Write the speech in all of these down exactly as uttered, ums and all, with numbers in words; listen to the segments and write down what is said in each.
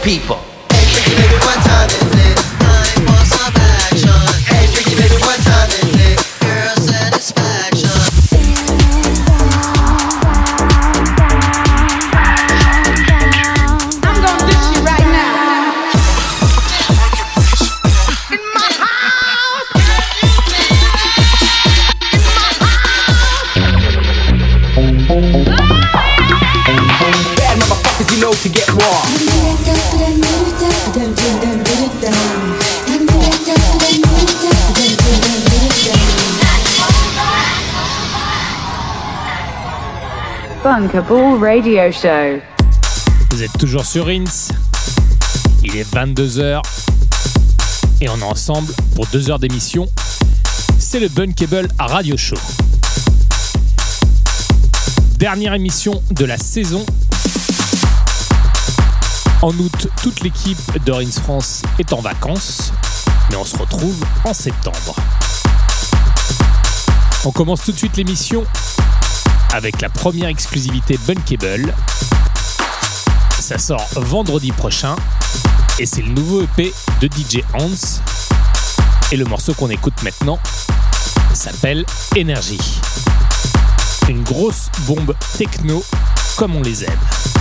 people. Hey, freaky baby, what time is it? Time for some action. Hey, freaky baby, what time is it? Girl satisfaction. I'm gonna dish you right now. In my house. In my house. Bad motherfuckers, you know to get raw. Bunkable Radio Show. Vous êtes toujours sur Rince. Il est vingt-deux heures et on est ensemble pour deux heures d'émission. C'est le Bunkable Radio Show. Dernière émission de la saison. En août, toute l'équipe de Rince France est en vacances, mais on se retrouve en septembre. On commence tout de suite l'émission avec la première exclusivité Bunkable. Ça sort vendredi prochain et c'est le nouveau E P de D J Hans. Et le morceau qu'on écoute maintenant s'appelle Energy. Une grosse bombe techno comme on les aime.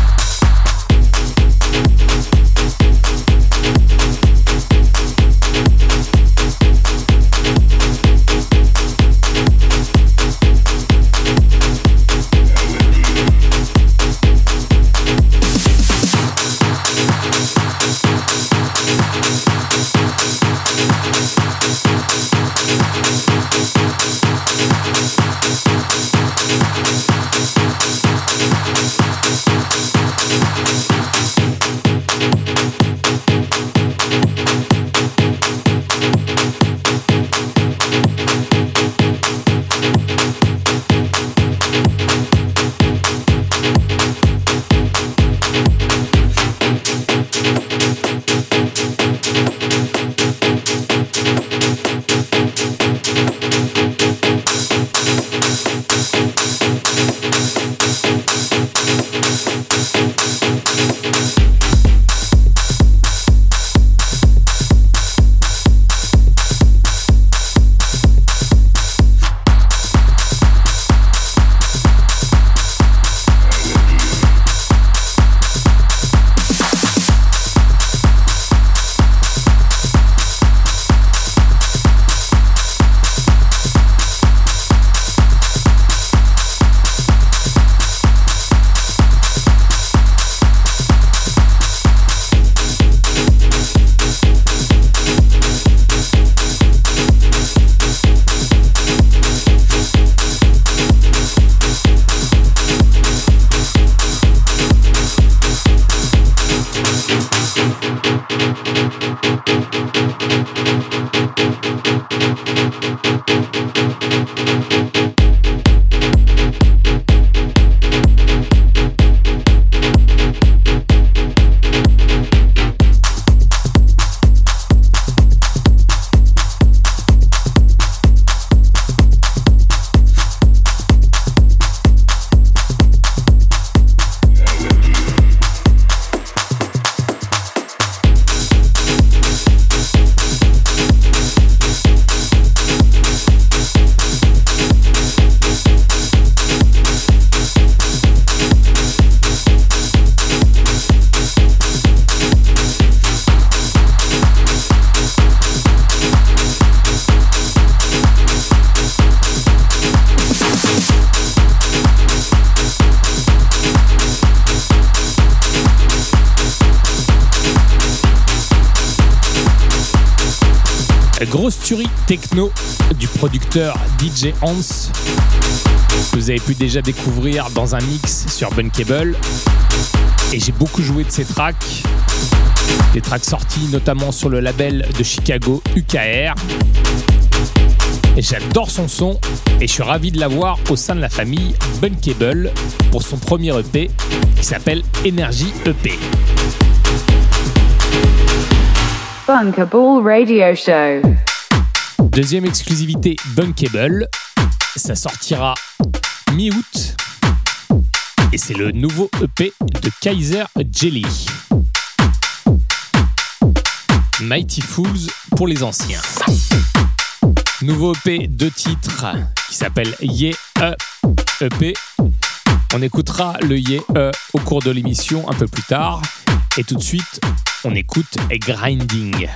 Grosse tuerie techno du producteur D J Hans que vous avez pu déjà découvrir dans un mix sur Bunkable. Et j'ai beaucoup joué de ces tracks, des tracks sortis notamment sur le label de Chicago U K R. Et j'adore son son et je suis ravi de l'avoir au sein de la famille Bunkable pour son premier E P qui s'appelle Energy E P. Bunkable Radio Show. Deuxième exclusivité Bunkable, ça sortira mi-août et c'est le nouveau E P de Kaiser Jelly. Mighty Fools pour les anciens. Nouveau E P, deux titres qui s'appelle Yeah E E P. On écoutera le Yeah E au cours de l'émission un peu plus tard. Et tout de suite, on écoute Grinding.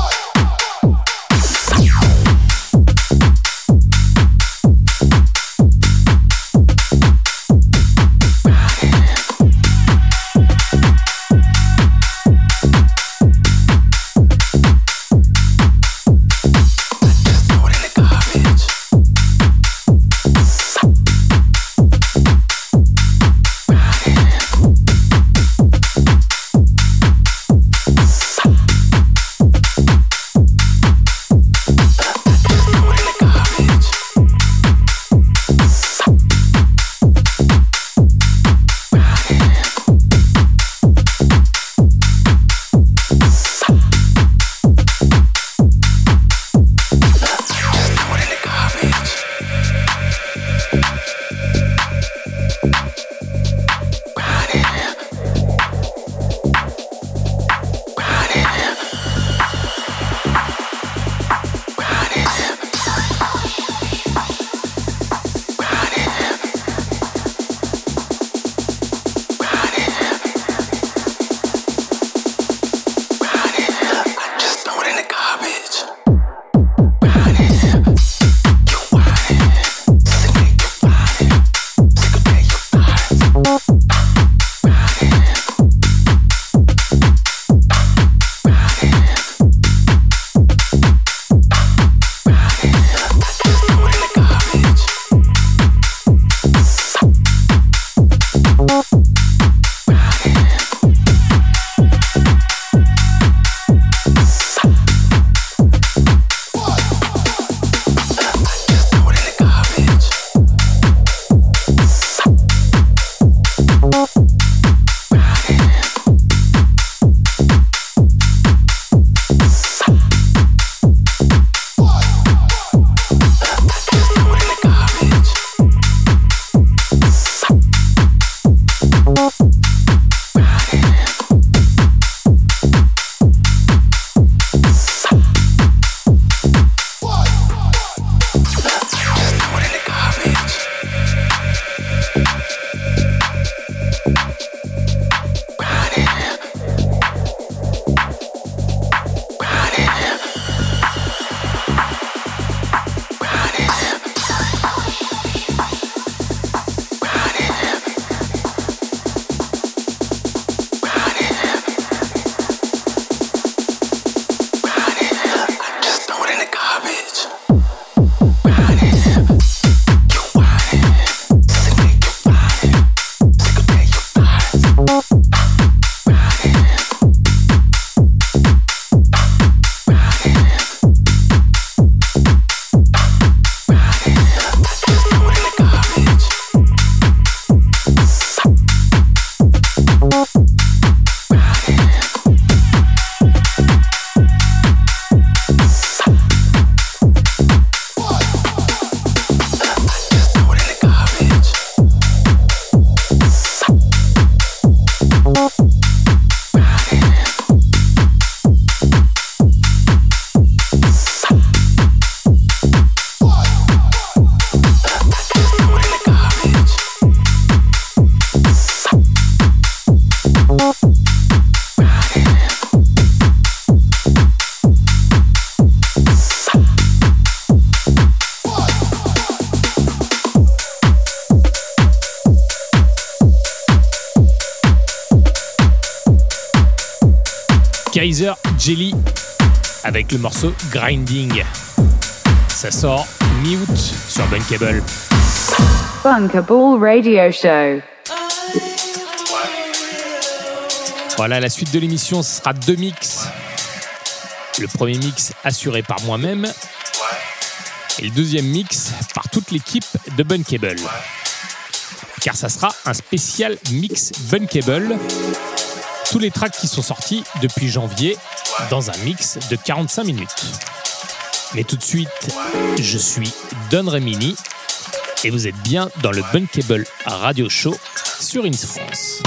Kaiser Jelly avec le morceau Grinding. Ça sort mi-août sur Bunkable. Bunkable Radio Show. Voilà, la suite de l'émission, ce sera deux mix. Le premier mix assuré par moi-même et le deuxième mix par toute l'équipe de Bunkable. Car ça sera un spécial mix Bunkable. Tous les tracks qui sont sortis depuis janvier dans un mix de quarante-cinq minutes. Mais tout de suite, je suis Don Remini et vous êtes bien dans le Bunkable Radio Show sur Ins France.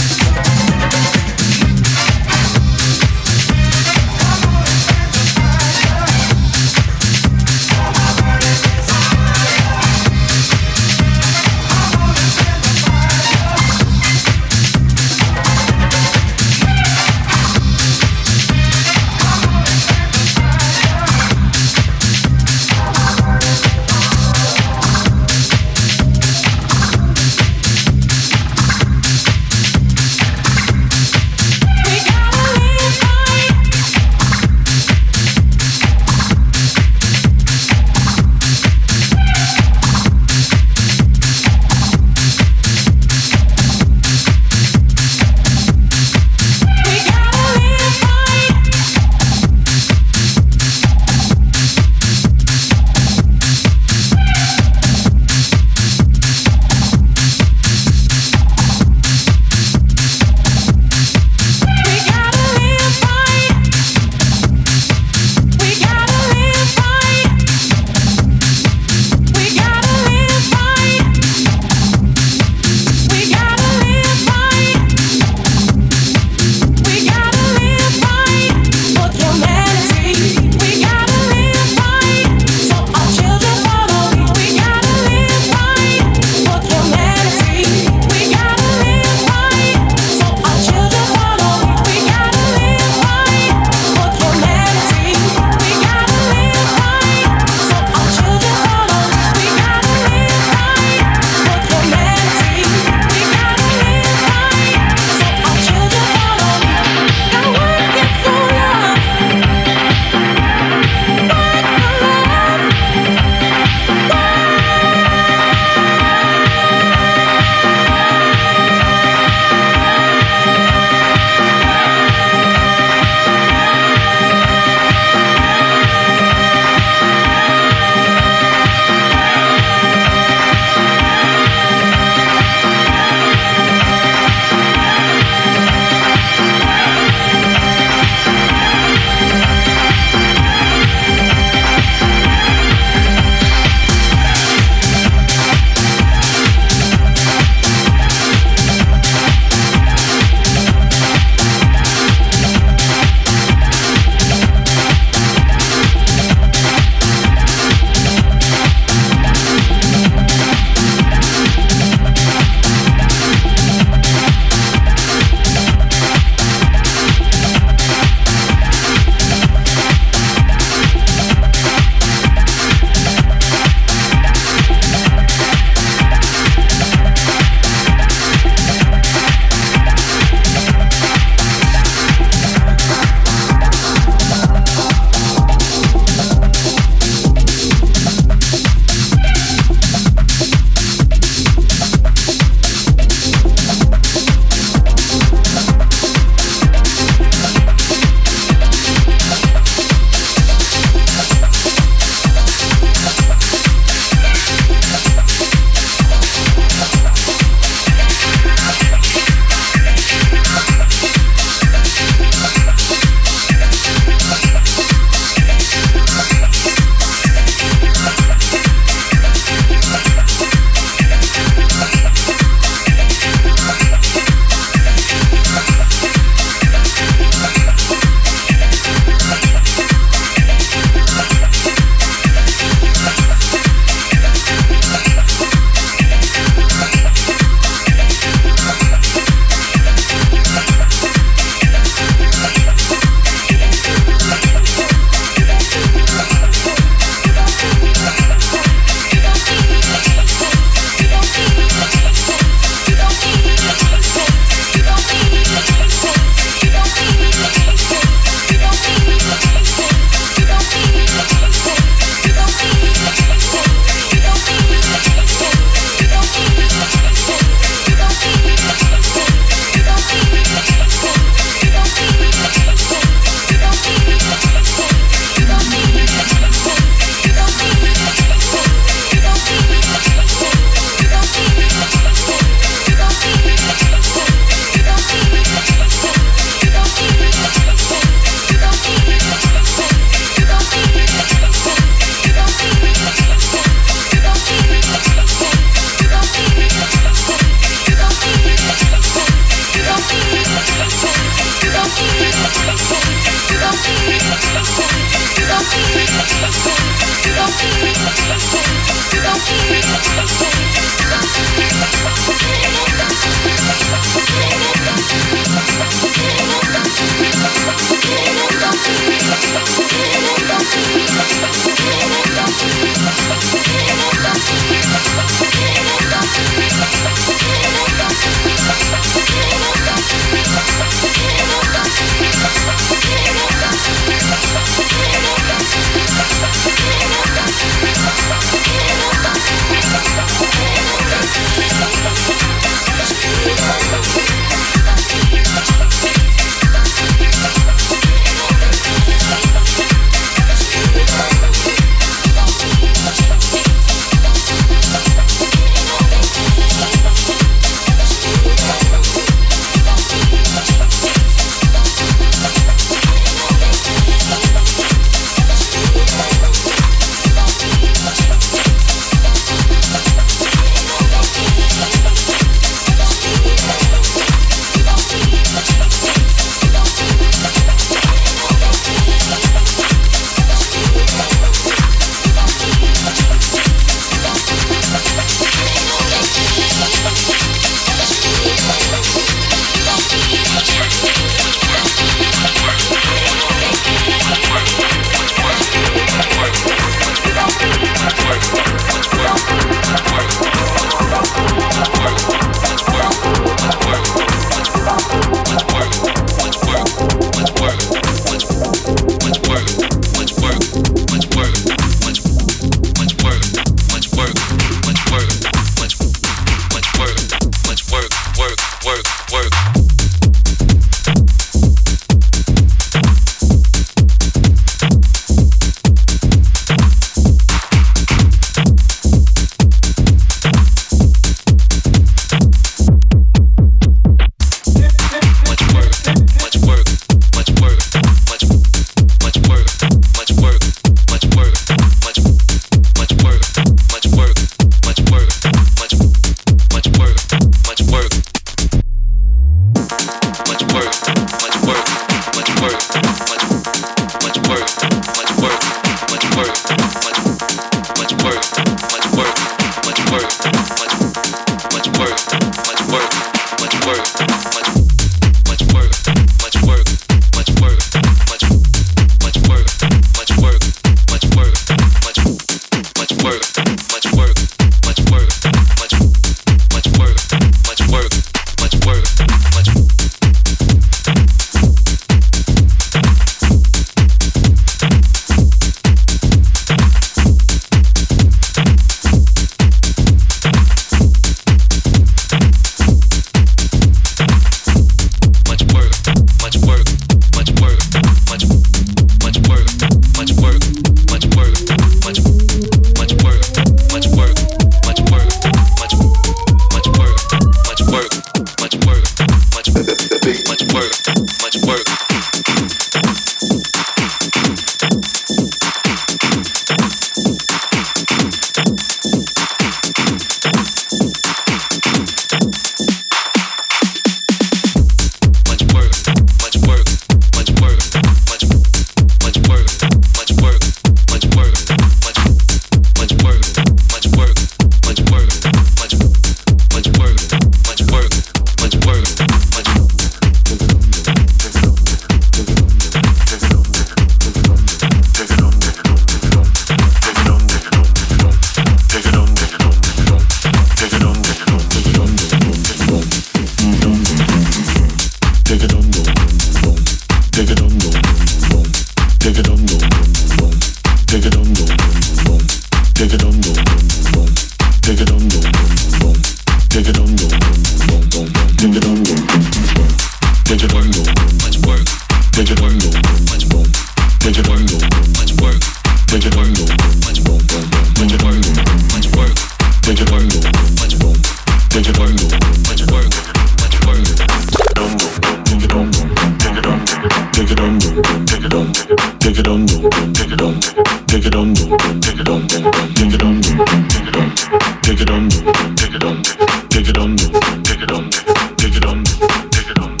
Take it on, take it on, take it on, take it on, take it on.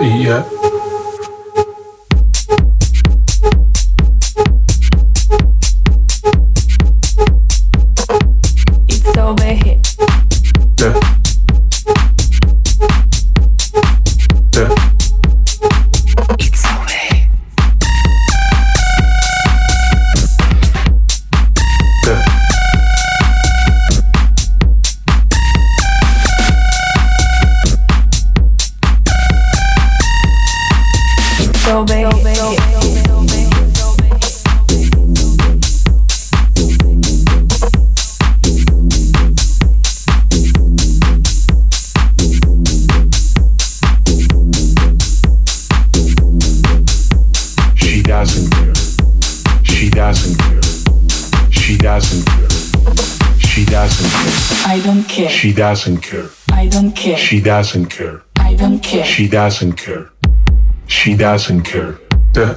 eat yet? It's over here. Yeah. Yeah. It's over here. Yeah. It's over here. She doesn't care. She doesn't care. She doesn't care. She doesn't care. I don't care. She doesn't care. I don't care. She doesn't care. I don't care. She doesn't care. She doesn't care. Yeah.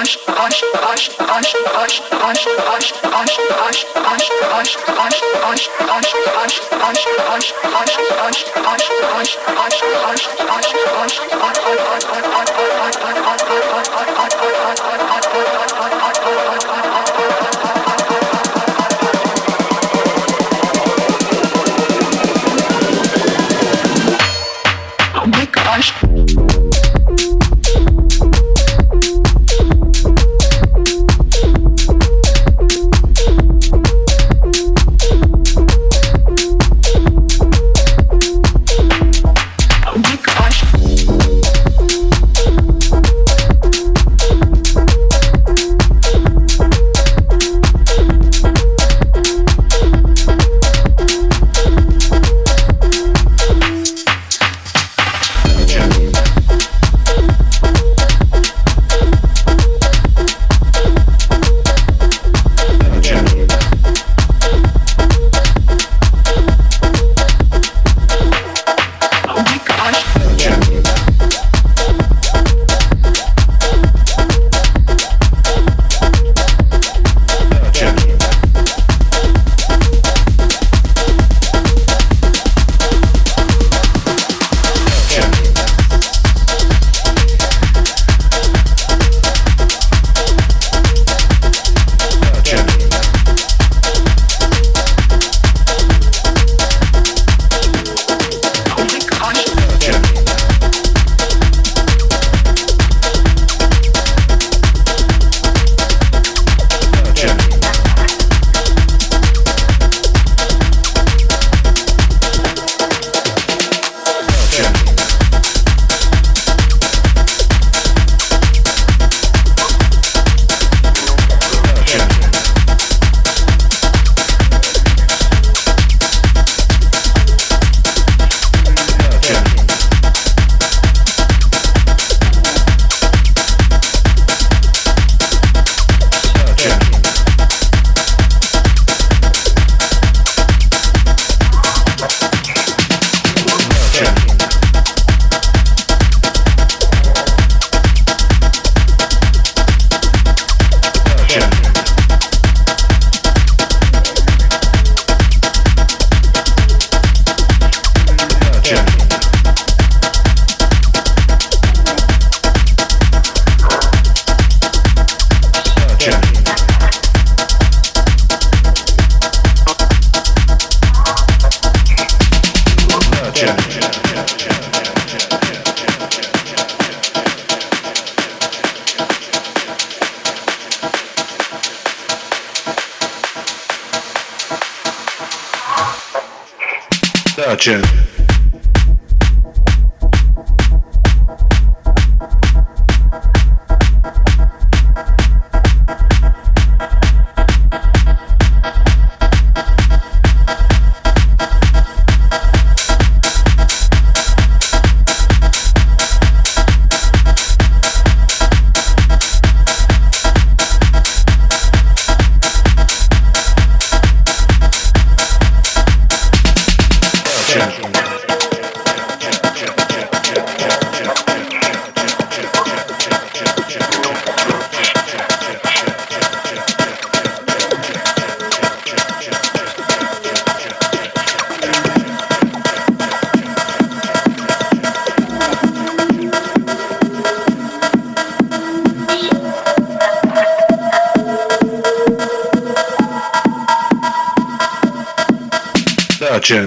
Searching. Searching.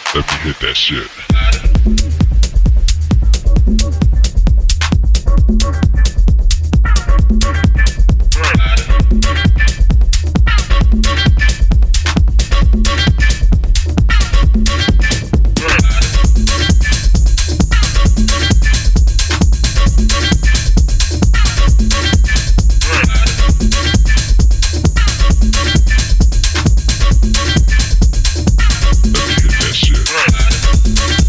Let me hit that shit. Let me hit that shit.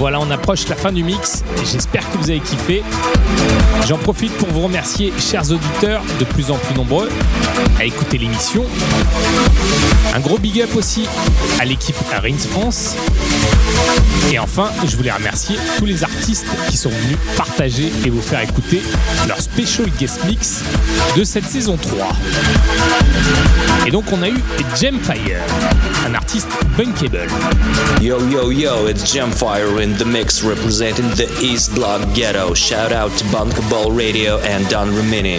Voilà, on approche la fin du mix. J'espère que vous avez kiffé. J'en profite pour vous remercier, chers auditeurs, de plus en plus nombreux à écouter l'émission. Un gros big up aussi à l'équipe Rinse France. Et enfin, je voulais remercier tous les artistes qui sont venus partager et vous faire écouter leur special guest mix de cette saison trois. Et donc on a eu Gemfire, un artiste bunkable. Yo yo yo, it's Gemfire in the mix representing the East Block Ghetto. Shout out to Bunkable Radio and Don Remini.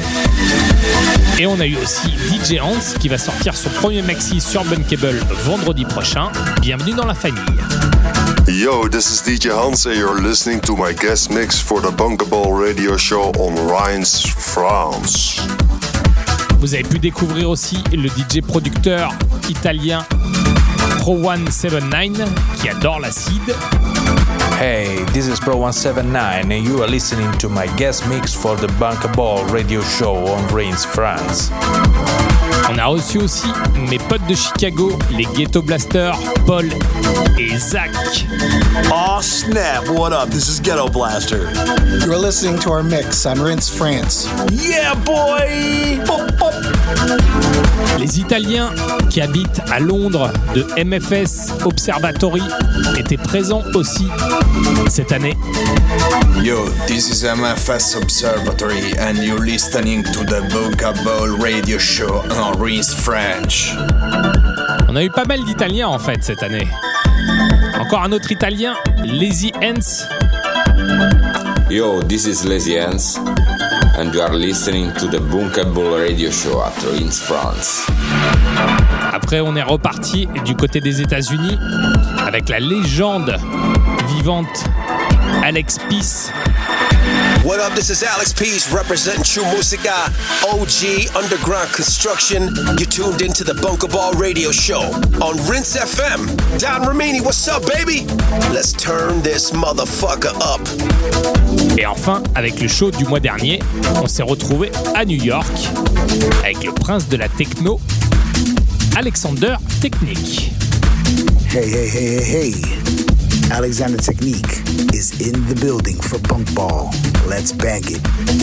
Et on a eu aussi D J Hans qui va sortir son premier maxi sur Bunkable vendredi prochain. Bienvenue dans la famille. Yo, this is D J Hans and you're listening to my guest mix for the Bunkable Radio Show on Rinse France. Vous avez pu découvrir aussi le D J producteur italien Pro one seven nine qui adore l'acide. Hey, this is Pro one seven nine and you are listening to my guest mix for the Bunkable Radio Show on Rinse France. On a reçu aussi mes potes de Chicago, les Ghetto Blasters, Paul et Zach. Aw snap, what up? This is Ghetto Blaster. You're listening to our mix on Rinse France. Yeah boy! Pop, pop. Les Italiens qui habitent à Londres de M F S Observatory étaient présents aussi cette année. Yo, this is M F S Observatory and you're listening to the Bunkable Radio Show on Rinse French. On a eu pas mal d'Italiens en fait cette année. Encore un autre Italien, Lazy Ants. Yo, this is Lazy Ants and you are listening to the Bunkable Radio Show at Rinse France. Après, on est reparti du côté des États-Unis avec la légende vivante Alex Peace. What up, this is Alex Peace representing True Musica, O G Underground Construction. You tuned into the Bunkable Radio Show on Rinse F M. Don Remini, what's up, baby? Let's turn this motherfucker up. Et enfin, avec le show du mois dernier, on s'est retrouvé à New York avec le prince de la techno, Alexander Technique. Hey, hey, hey, hey, hey. Alexander Technique is in the building for Bunkball. Let's bang it.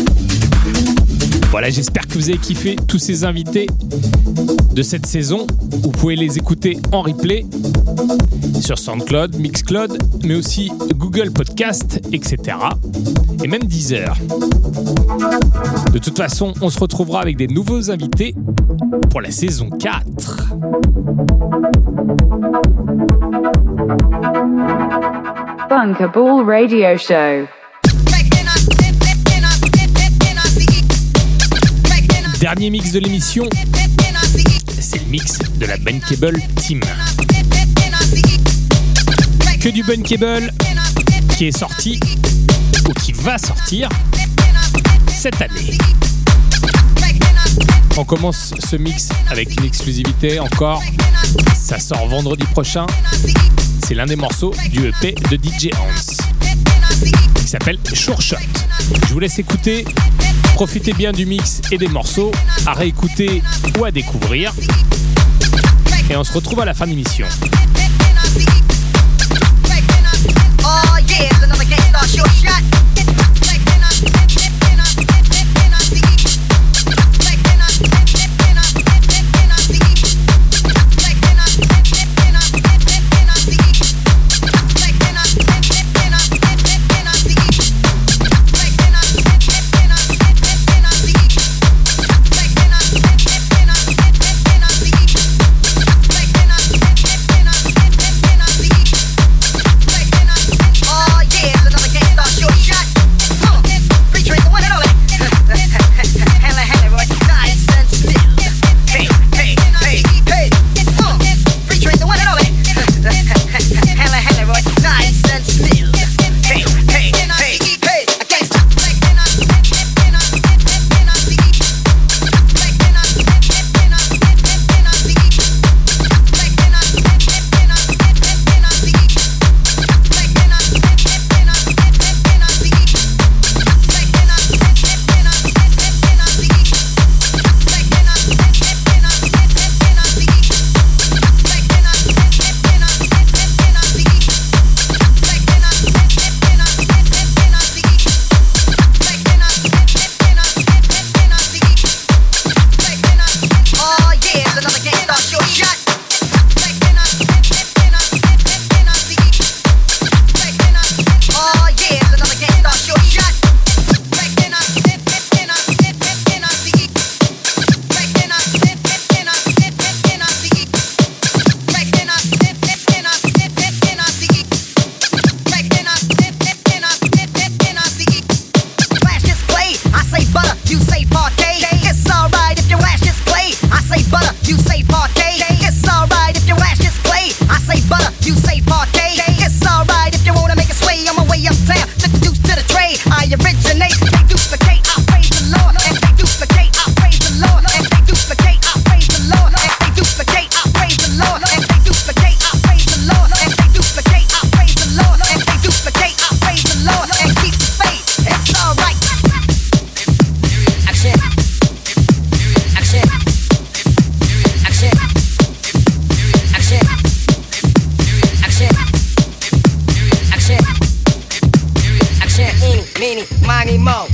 Voilà, j'espère que vous avez kiffé tous ces invités de cette saison. Vous pouvez les écouter en replay sur SoundCloud, Mixcloud, mais aussi Google Podcast, et cetera. Et même Deezer. De toute façon, on se retrouvera avec des nouveaux invités pour la saison quatre. Bunkable Radio Show. Dernier mix de l'émission, c'est le mix de la Bunkable Team. Que du Bunkable qui est sorti ou qui va sortir cette année. On commence ce mix avec une exclusivité encore. Ça sort vendredi prochain. C'est l'un des morceaux du E P de D J Hans qui s'appelle Sure Shot. Je vous laisse écouter. Profitez bien du mix et des morceaux à réécouter ou à découvrir. Et on se retrouve à la fin de l'émission. Oh yeah, it's another Gangstar Sure Shot. meeny, miny, mo.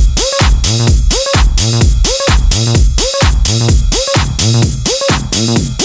Mm-hmm.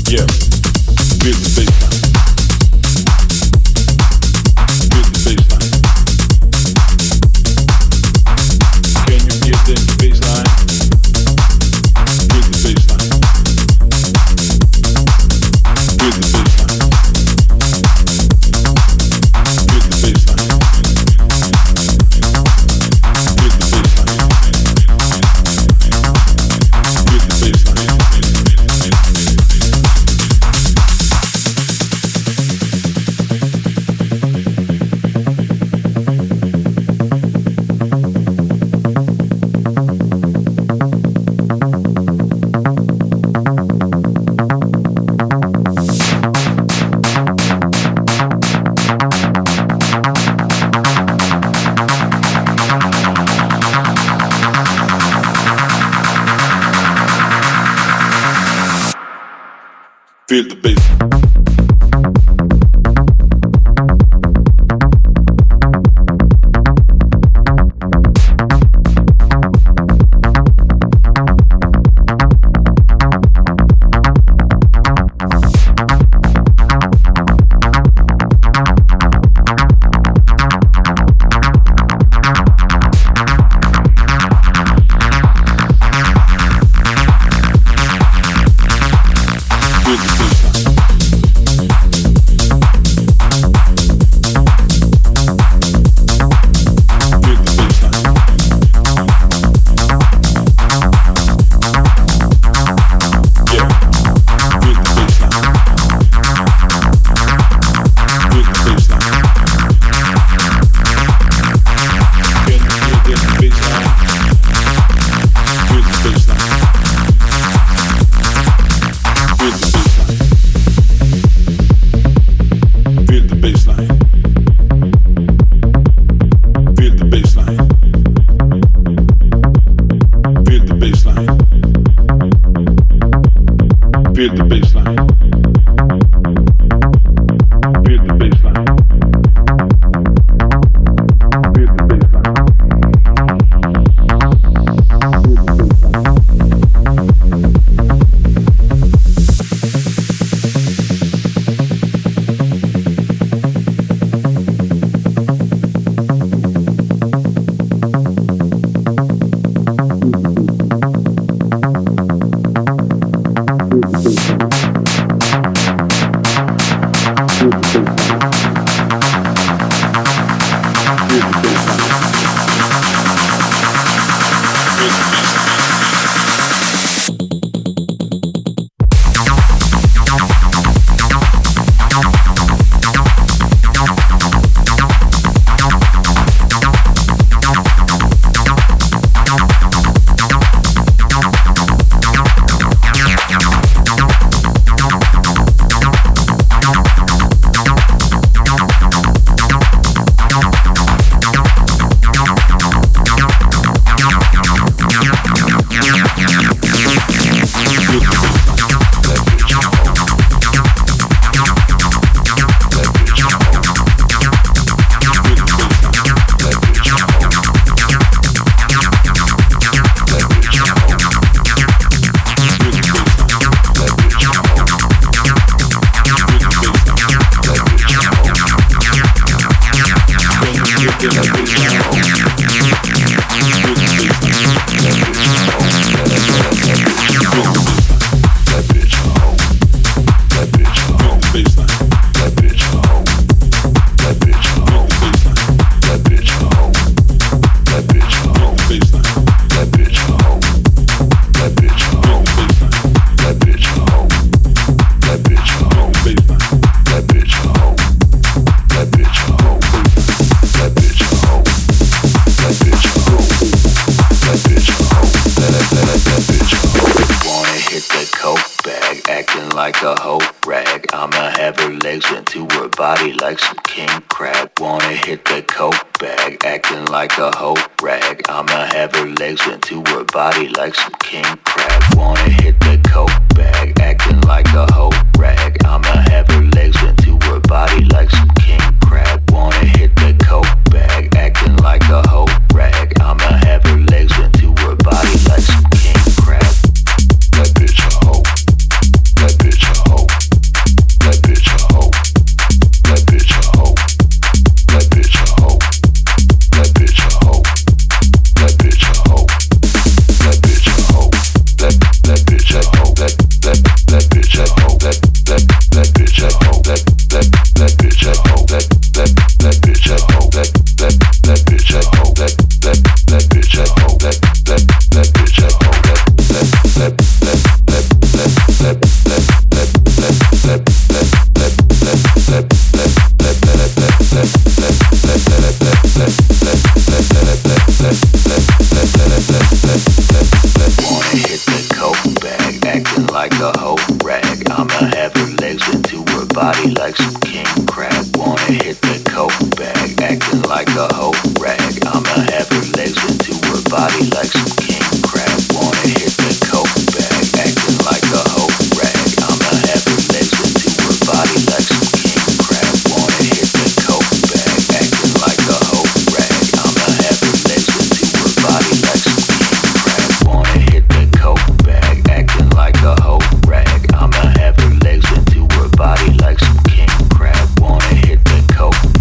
Feel the bass. That bitch a hoe. body like some king crab. Wanna hit the coke bag, acting like a hoe rag. I'ma have her legs into her body like some king crab. Wanna hit the coke bag, acting like a hoe rag. I'ma have her legs into her body like some king crab. Wanna hit the coke bag, acting like a hoe rag. I'ma have her legs into her body like some king crab. Wanna hit the coke bag, acting like a hoe rag. I'ma have her legs into her body like some king crab. Wanna hit the coke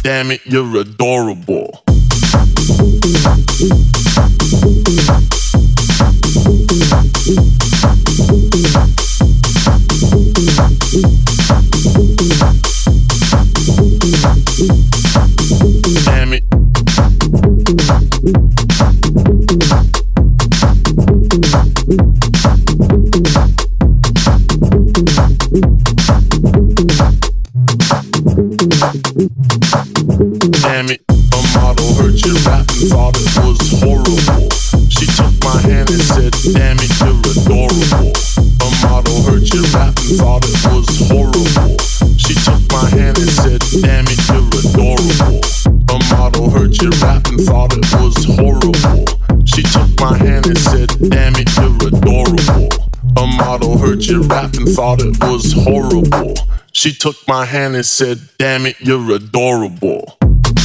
damn it, you're adorable. Damn it. Damn it, a model heard you rap and thought it was horrible. She took my hand and said, damn it, you're adorable. A model heard you rap and thought it was horrible. She took my hand and said, damn it, you're adorable. A model heard you rap and thought it was horrible. She took my hand and said, damn it, you're adorable. A model heard you rap and thought it was horrible. She took my hand and said, damn it, you're adorable.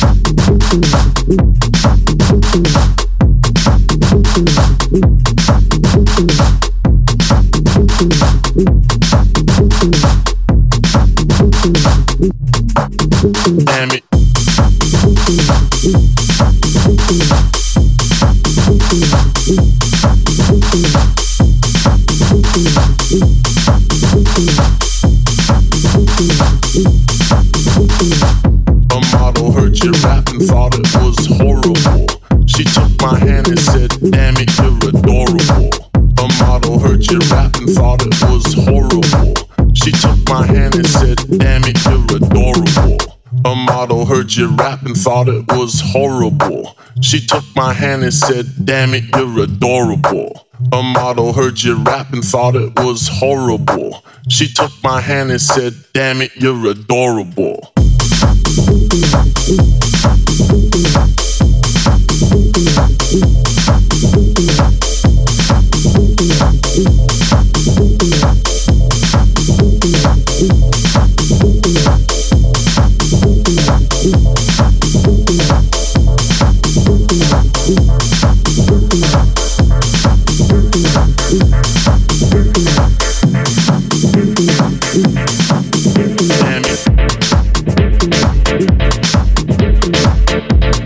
Damn it. A model heard you rap and thought it was horrible. She took my hand and said, damn it, you're adorable. A model heard you rap and thought it was horrible. She took my hand and said, damn it, you're adorable. A model heard you rap and thought it was horrible. She took my hand and said, damn it, you're adorable. A model heard you rap and thought it was horrible. She took my hand and said, damn it, you're adorable. Damn it.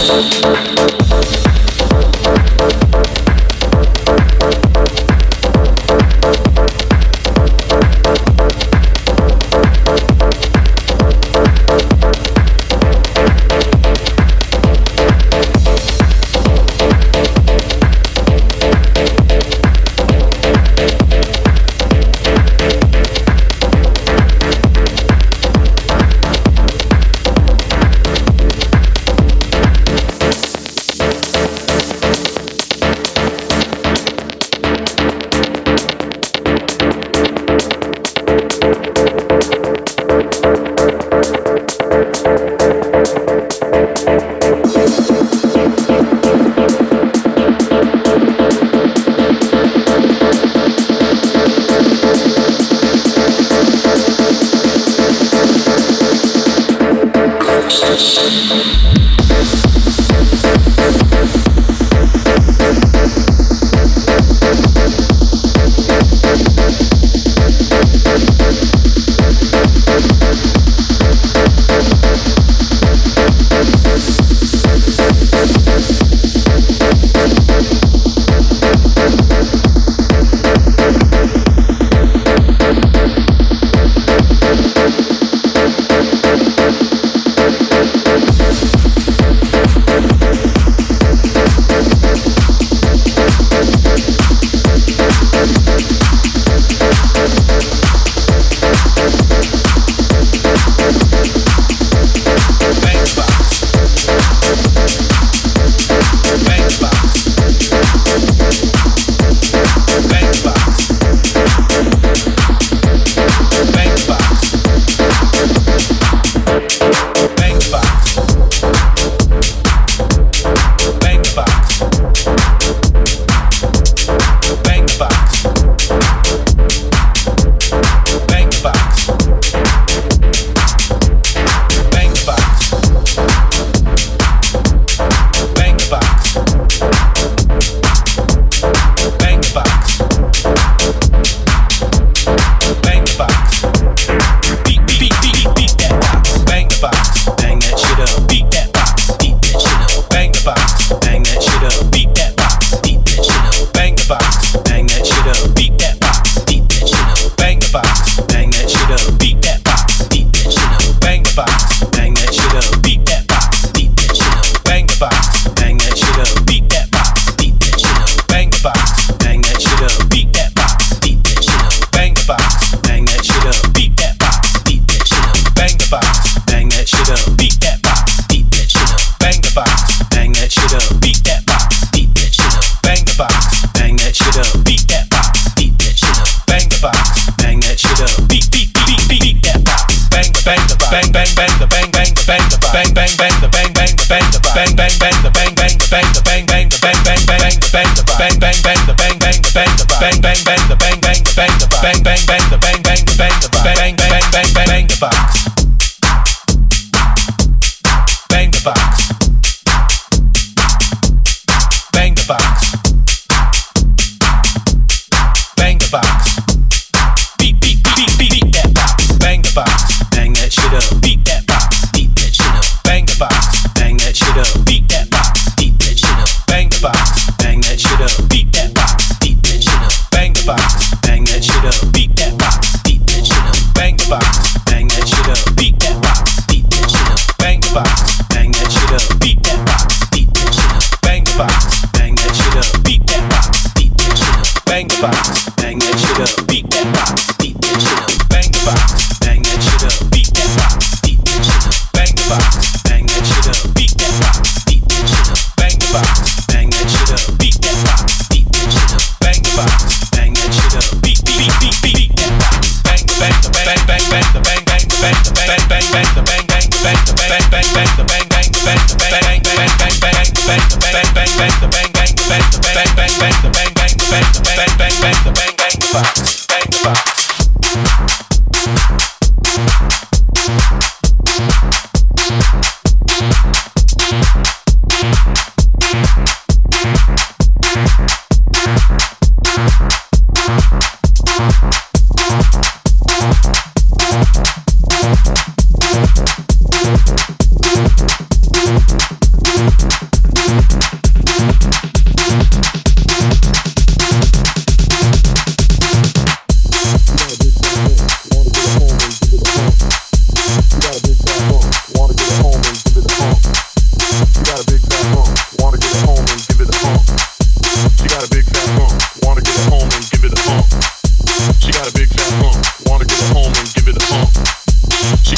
We'll be right back. We'll be right back.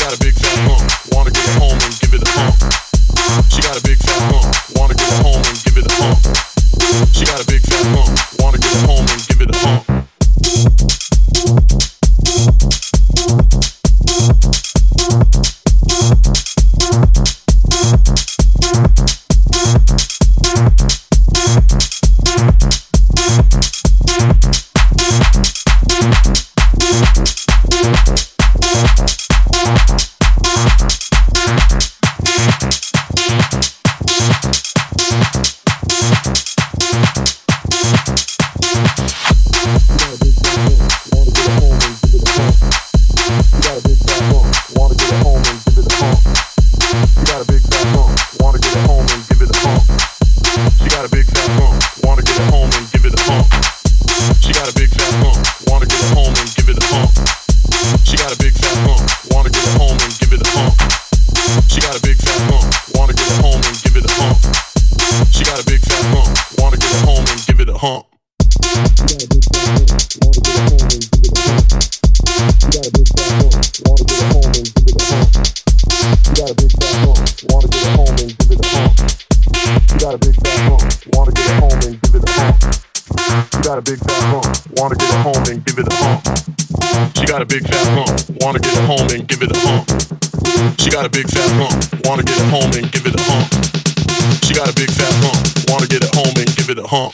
got a big fat hump, wanna get it home and give it a hump. She got a big fat hump, wanna get it home and give it a hump. She got a big fat hump, wanna get it home and give it a hump. She got a big fat hump, wanna get it home and give it a hump. She got a big fat hump, wanna get it home and give it a hump. She got a big fat hump, wanna get it home and give it a hump.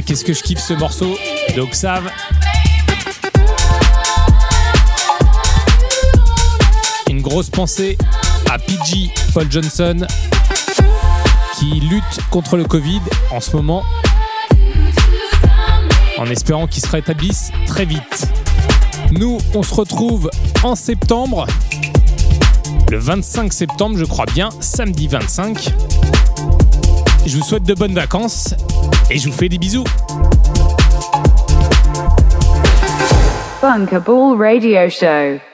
qu'est-ce que je kiffe ce morceau de Octave. Une grosse pensée à P G Paul Johnson qui lutte contre le Covid en ce moment, en espérant qu'il se rétablisse très vite. Nous, on se retrouve en septembre, le vingt-cinq septembre, je crois bien, samedi vingt-cinq. Je vous souhaite de bonnes vacances et je vous fais des bisous. Bunkable Radio Show.